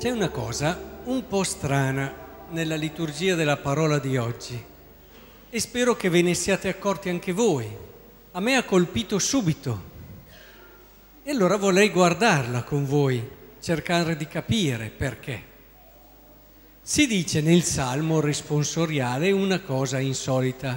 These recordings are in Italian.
C'è una cosa un po' strana nella liturgia della parola di oggi e spero che ve ne siate accorti anche voi. A me ha colpito subito e allora vorrei guardarla con voi, cercare di capire perché. Si dice nel Salmo responsoriale una cosa insolita.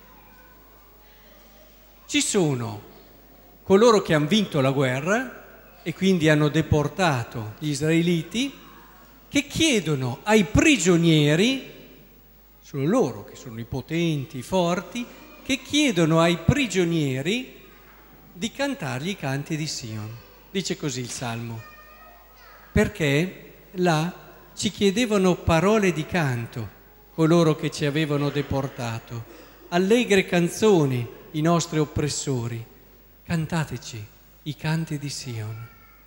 Ci sono coloro che hanno vinto la guerra e quindi hanno deportato gli israeliti, che chiedono ai prigionieri, sono loro che sono i potenti, i forti, che chiedono ai prigionieri di cantargli i canti di Sion. Dice così il Salmo, perché là ci chiedevano parole di canto coloro che ci avevano deportato, allegre canzoni i nostri oppressori, cantateci i canti di Sion.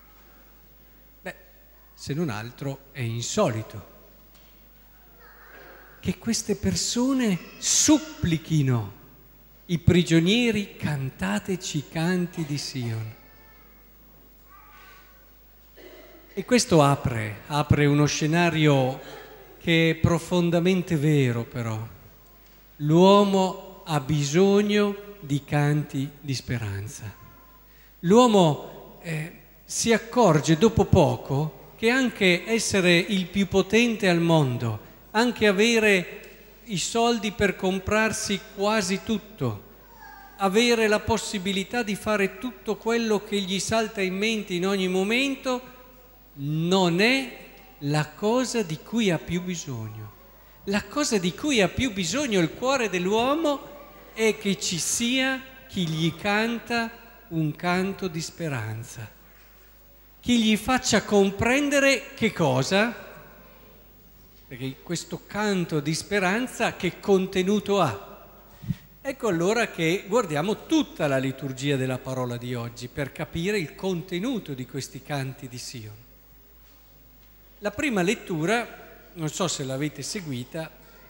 Se non altro è insolito che queste persone supplichino i prigionieri, cantateci i canti di Sion. E questo apre uno scenario che è profondamente vero, però. L'uomo ha bisogno di canti di speranza. L'uomo si accorge dopo poco che anche essere il più potente al mondo, anche avere i soldi per comprarsi quasi tutto, avere la possibilità di fare tutto quello che gli salta in mente in ogni momento, non è la cosa di cui ha più bisogno. La cosa di cui ha più bisogno il cuore dell'uomo è che ci sia chi gli canta un canto di speranza. Chi gli faccia comprendere che cosa? Perché questo canto di speranza che contenuto ha? Ecco allora che guardiamo tutta la liturgia della parola di oggi per capire il contenuto di questi canti di Sion. La prima lettura, non so se l'avete seguita,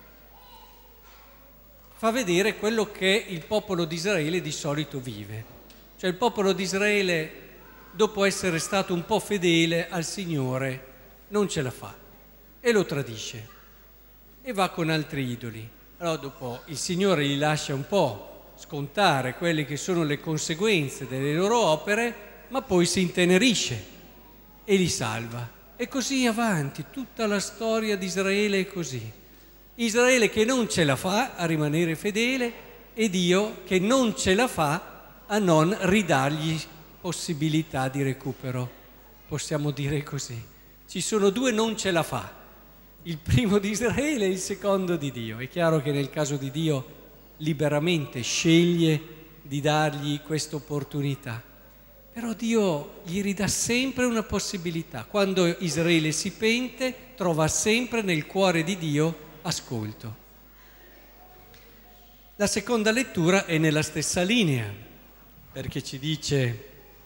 fa vedere quello che il popolo di Israele di solito vive. Cioè il popolo di Israele, dopo essere stato un po' fedele al Signore, non ce la fa e lo tradisce e va con altri idoli. Allora dopo il Signore gli lascia un po' scontare quelle che sono le conseguenze delle loro opere, ma poi si intenerisce e li salva. E così avanti, tutta la storia di Israele è così. Israele che non ce la fa a rimanere fedele e Dio che non ce la fa a non ridargli possibilità di recupero, possiamo dire così. Ci sono due non ce la fa, il primo di Israele e il secondo di Dio. È chiaro che nel caso di Dio liberamente sceglie di dargli questa opportunità, però Dio gli ridà sempre una possibilità. Quando Israele si pente, trova sempre nel cuore di Dio ascolto. La seconda lettura è nella stessa linea, perché ci dice: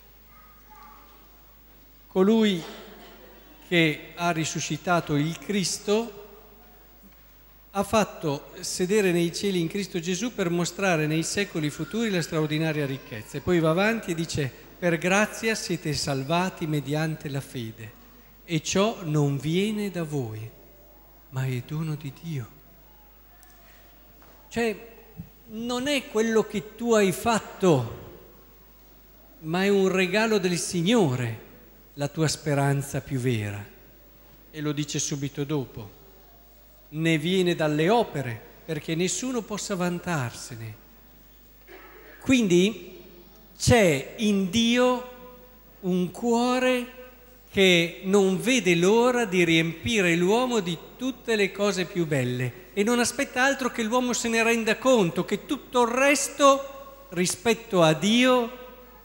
colui che ha risuscitato il Cristo ha fatto sedere nei cieli in Cristo Gesù per mostrare nei secoli futuri la straordinaria ricchezza. E poi va avanti e dice: per grazia siete salvati mediante la fede, e ciò non viene da voi, ma è dono di Dio. Cioè, non è quello che tu hai fatto, ma è un regalo del Signore, la tua speranza più vera. E lo dice subito dopo: ne viene dalle opere, perché nessuno possa vantarsene. Quindi c'è in Dio un cuore che non vede l'ora di riempire l'uomo di tutte le cose più belle e non aspetta altro che l'uomo se ne renda conto, che tutto il resto rispetto a Dio,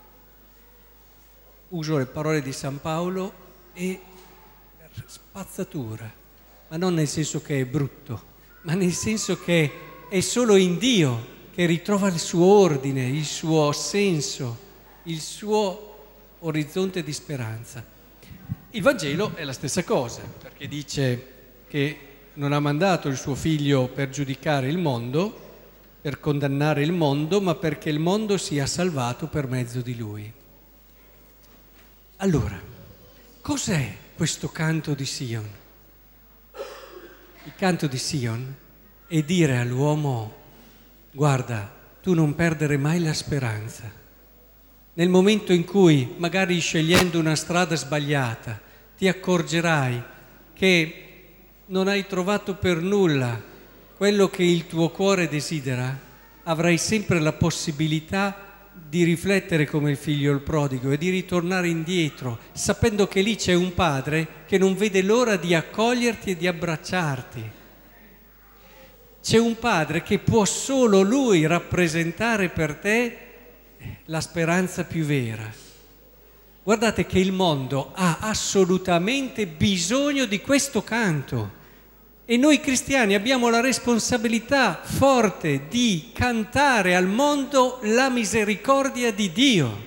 uso le parole di San Paolo, è spazzatura, ma non nel senso che è brutto, ma nel senso che è solo in Dio che ritrova il suo ordine, il suo senso, il suo orizzonte di speranza. Il Vangelo è la stessa cosa, perché dice che non ha mandato il suo figlio per giudicare il mondo, per condannare il mondo, ma perché il mondo sia salvato per mezzo di lui. Allora, cos'è questo canto di Sion? Il canto di Sion è dire all'uomo: guarda, tu non perdere mai la speranza. Nel momento in cui, magari scegliendo una strada sbagliata, ti accorgerai che non hai trovato per nulla quello che il tuo cuore desidera, avrai sempre la possibilità di riflettere come il figlio il prodigo e di ritornare indietro, sapendo che lì c'è un padre che non vede l'ora di accoglierti e di abbracciarti. C'è un padre che può solo lui rappresentare per te la speranza più vera. Guardate che il mondo ha assolutamente bisogno di questo canto. E noi cristiani abbiamo la responsabilità forte di cantare al mondo la misericordia di Dio.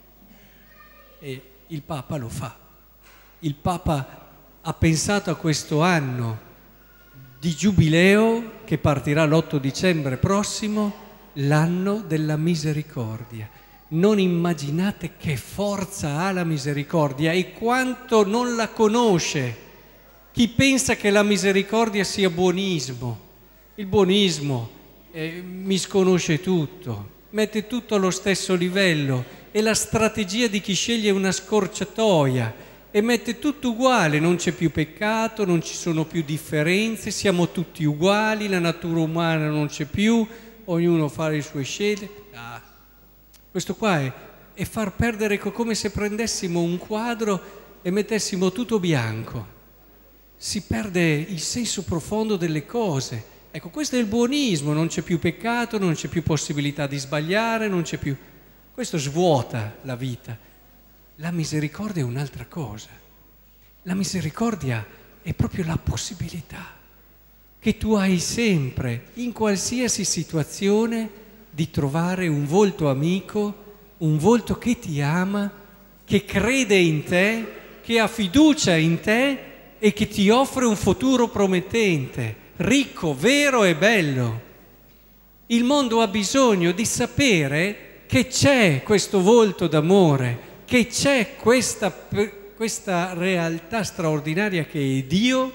E il Papa lo fa. Il Papa ha pensato a questo anno di giubileo che partirà l'8 dicembre prossimo, l'anno della misericordia. Non immaginate che forza ha la misericordia e quanto non la conosce chi pensa che la misericordia sia buonismo. Il buonismo misconosce tutto, mette tutto allo stesso livello, è la strategia di chi sceglie una scorciatoia e mette tutto uguale, non c'è più peccato, non ci sono più differenze, siamo tutti uguali, la natura umana non c'è più, ognuno fa le sue scelte. Questo qua è far perdere, come se prendessimo un quadro e mettessimo tutto bianco. Si perde il senso profondo delle cose. Ecco, questo è il buonismo, non c'è più peccato, non c'è più possibilità di sbagliare, non c'è più... Questo svuota la vita. La misericordia è un'altra cosa. La misericordia è proprio la possibilità che tu hai sempre, in qualsiasi situazione, di trovare un volto amico, un volto che ti ama, che crede in te, che ha fiducia in te e che ti offre un futuro promettente, ricco, vero e bello. Il mondo ha bisogno di sapere che c'è questo volto d'amore, che c'è questa realtà straordinaria che è Dio,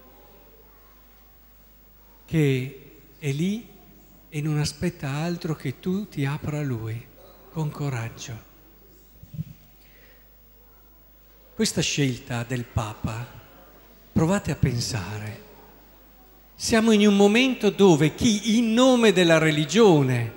che è lì e non aspetta altro che tu ti apra a Lui con coraggio. Questa scelta del Papa, provate a pensare, siamo in un momento dove chi in nome della religione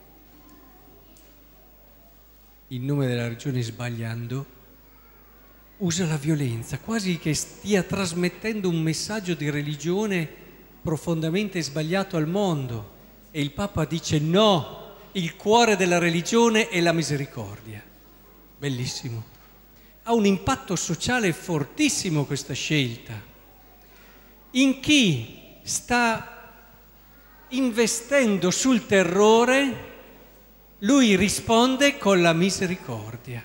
sbagliando, usa la violenza, quasi che stia trasmettendo un messaggio di religione profondamente sbagliato al mondo. E il Papa dice no, il cuore della religione è la misericordia. Bellissimo. Ha un impatto sociale fortissimo questa scelta. In chi sta investendo sul terrore, lui risponde con la misericordia.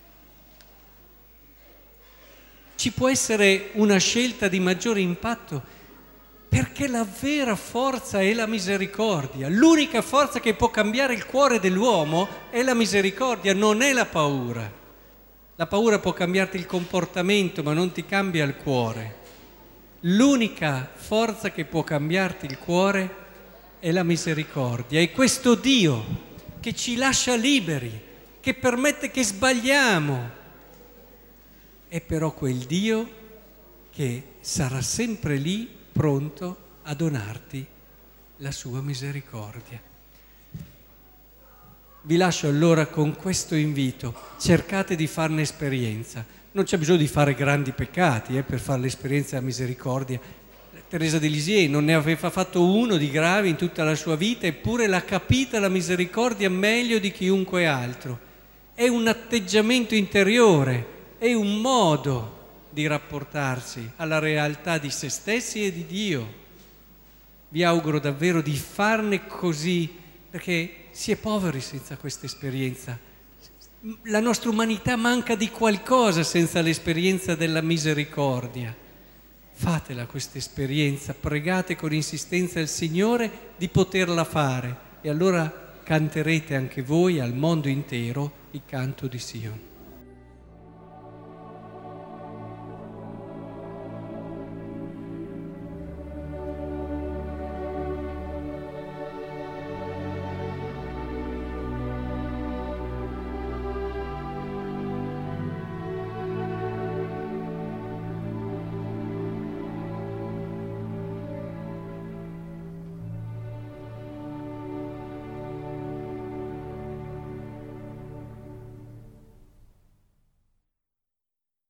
Ci può essere una scelta di maggiore impatto perché la vera forza è la misericordia. L'unica forza che può cambiare il cuore dell'uomo è la misericordia, non è la paura. La paura può cambiarti il comportamento, ma non ti cambia il cuore. L'unica forza che può cambiarti il cuore è la misericordia. E questo Dio che ci lascia liberi, che permette che sbagliamo, è però quel Dio che sarà sempre lì pronto a donarti la sua misericordia. Vi lascio allora con questo invito: cercate di farne esperienza. Non c'è bisogno di fare grandi peccati per fare l'esperienza della misericordia. Teresa di Lisieux non ne aveva fatto uno di grave in tutta la sua vita, eppure l'ha capita la misericordia meglio di chiunque altro. È un atteggiamento interiore, è un modo di rapportarsi alla realtà di se stessi e di Dio. Vi auguro davvero di farne così, perché si è poveri senza questa esperienza. La nostra umanità manca di qualcosa senza l'esperienza della misericordia. Fatela questa esperienza, pregate con insistenza il Signore di poterla fare e allora canterete anche voi al mondo intero il canto di Sion.